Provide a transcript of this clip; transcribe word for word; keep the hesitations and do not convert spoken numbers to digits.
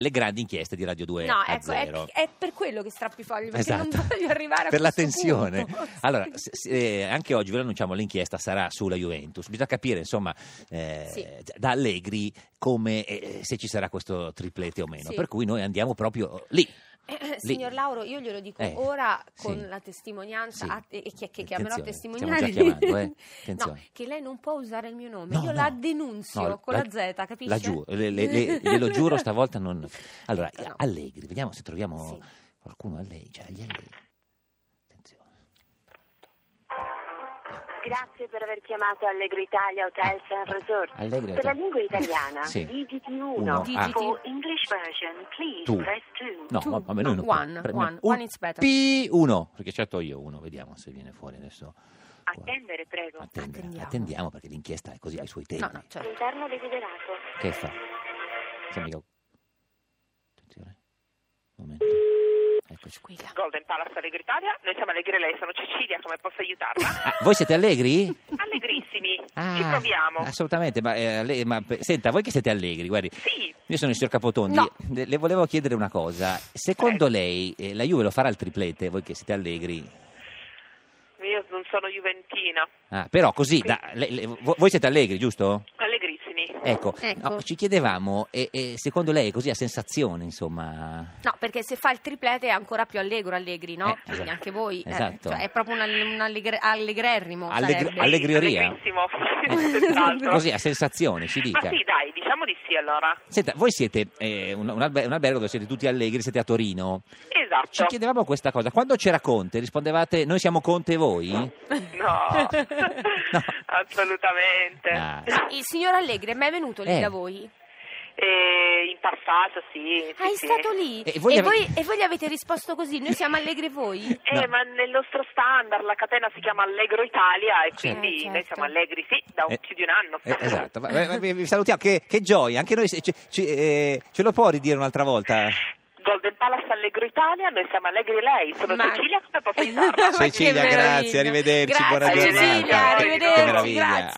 le grandi inchieste di Radio due no, a ecco, è, zero. è per quello che strappi i fogli, perché Esatto. non voglio arrivare a per la questo tensione. punto. Allora, se, se, anche oggi ve lo annunciamo, l'inchiesta sarà sulla Juventus. Bisogna capire, insomma, eh, Sì. da Allegri come eh, se ci sarà questo triplete o meno. Sì. Per cui noi andiamo proprio lì. Eh, Lì. signor Lauro, io glielo dico Eh, ora con sì. la testimonianza Sì. a- e che, che chiamerò a Attenzione, testimoniare stiamo già chiamando, eh. no, Attenzione. che lei non può usare il mio nome, No, io no. la denunzio No, con la, Z, capisce? La giuro, le, le, le, glielo giuro stavolta non... Allora, Ecco, no. Allegri, vediamo se troviamo Sì. qualcuno a lei, cioè agli Allegri. Attenzione. Grazie per aver chiamato Allegro Italia Hotels and Resort. Allegri Per la Hotel- lingua italiana, Sì. digiti Uno. uno. Ah. For English version, please Tu. press two. No, Tu. va- vabbè, noi No, non- one, pre- one, un- one is better. P uno, perché certo io uno, vediamo se viene fuori adesso. Attendere, prego. Attendere, Attendiamo. attendiamo perché l'inchiesta è così ai suoi tempi. No, no, certo. Interno desiderato. Che fa? Sembra che- Attenzione. Un momento. Eccoci qui. Squilla. Golden Palace Allegro Italia, noi siamo Allegri, lei sono Cecilia, come posso aiutarla? Ah, voi siete allegri? Allegrissimi, Ah, ci proviamo. Assolutamente, ma, eh, alle- ma, pe- senta, voi che siete allegri, guardi, Sì, io sono il signor Capotondi, No. le, le volevo chiedere una cosa, secondo lei eh, la Juve lo farà il triplete, voi che siete allegri? io non sono juventina, Ah, però così, da- le- le- vo- voi siete allegri, giusto? allegrissimi. Ecco, Ecco. no, ci chiedevamo, e, e secondo lei è così a sensazione, insomma? No, perché se fa il triplete è ancora più allegro, allegri, no? Eh, Quindi esatto. anche voi. eh, Esatto. cioè, è proprio un, all- un allegre- allegrerrimo. Allegri- sarebbe. Allegrioria? Allegrissimo, senz'altro. Così a sensazione, ci dica. Ma sì, dai, diciamo di sì allora. Senta, voi siete eh, un, un alber- un albergo dove siete tutti allegri, siete a Torino. Ci Esatto. chiedevamo questa cosa, quando c'era Conte rispondevate noi siamo Conte e voi? No, assolutamente. Ah, Il signor Allegri è mai venuto lì Eh. da voi? E in passato sì. sì, Ah, è sì. stato lì? E E voi voi, ave- e voi gli avete risposto così? Noi siamo allegri voi? Eh, No. ma nel nostro standard la catena si chiama Allegro Italia e Certo. quindi Eh, certo. noi siamo allegri, sì, da un- Eh, più di un anno. eh, esatto, ma- ma- ma- vi vi salutiamo, che, che gioia, anche noi se- ci- ci- eh, ce lo può ridire un'altra volta? Golden Palace Allegro Italia, noi siamo Allegri lei, sono Ma- Cecilia, come posso aiutarla? Ma che Cecilia, meraviglia. grazie, arrivederci, Grazie, buona giornata. Cecilia, Che arrivederci, meraviglia. grazie.